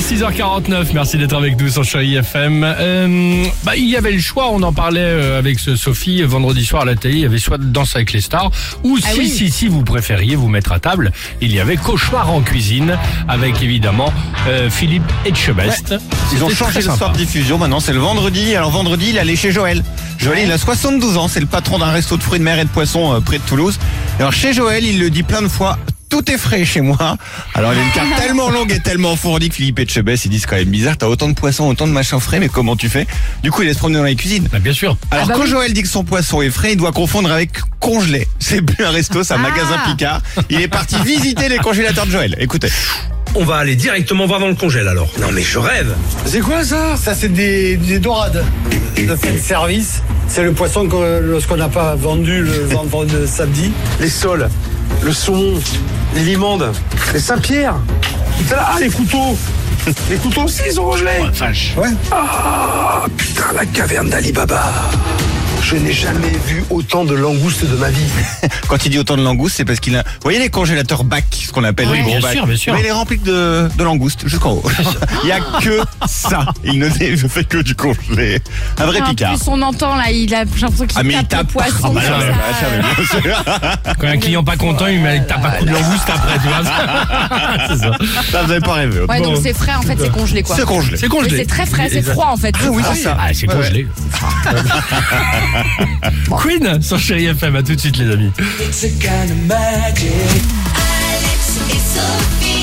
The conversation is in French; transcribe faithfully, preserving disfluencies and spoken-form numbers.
six heures quarante-neuf, merci d'être avec nous sur Chérie F M. Euh, bah, il y avait le choix, on en parlait euh, avec ce Sophie vendredi soir à la télé, il y avait soit Danse avec les stars, ou Ah si, oui. si, si vous préfériez vous mettre à table, il y avait Cauchemar en cuisine, avec évidemment euh, Philippe Etchebest. Ouais. Ils ont C'était changé très le sympa. soir de diffusion, maintenant c'est le vendredi. Alors vendredi, il allait chez Joël. Joël, il a soixante-douze ans, c'est le patron d'un resto de fruits de mer et de poissons euh, près de Toulouse. Alors chez Joël, il le dit plein de fois, tout est frais chez moi. Alors il a une carte tellement longue et tellement fournie que Philippe Etchebest, il dit c'est quand même bizarre, t'as autant de poissons, autant de machins frais, mais comment tu fais? Du coup, il laisse promener dans les cuisines. Bah, bien sûr. Alors Ah bah quand oui. Joël dit que son poisson est frais, il doit confondre avec congelé. C'est plus un resto, c'est un Ah. magasin Picard. Il est parti visiter les congélateurs de Joël. Écoutez. On va aller directement voir dans le congèle alors. Non mais je rêve. C'est quoi ça? Ça c'est des, des dorades de fin de service. C'est le poisson que lorsqu'on n'a pas vendu le vendredi samedi. Les sols, le saumon, les limandes, les Saint-Pierre. Ah, les couteaux. Les couteaux aussi ils sont congelés. Vache. Ouais. Ah putain, la caverne d'Ali Baba. Je n'ai jamais vu autant de langoustes de ma vie. Quand il dit autant de langoustes, c'est parce qu'il a... Vous voyez les congélateurs bacs, ce qu'on appelle Oui, les gros bien bacs. sûr, bien sûr. Mais il est rempli de, de langoustes jusqu'en haut. Il y a que ça. Il ne fait que du congelé. Un vrai En Picard. plus, on entend là, il a j'ai l'impression qu'il Ah mais il tape, tape. le poisson. Ah bah comme non, ça. mais machin, mais bien sûr. Quand un client pas content, il met t'as pas de coup de langouste après, tu vois. C'est ça. Ça, vous avez pas rêvé. Ouais, donc c'est frais en fait, c'est congelé quoi. C'est congelé. C'est Mais congelé. c'est très frais, c'est Exact. froid en fait. Ah oui, froid. c'est ça. Ah, c'est Ouais, congelé. Queen sur Chérie F M, à tout de suite les amis. It's a kind of magic. Alex et Sophie.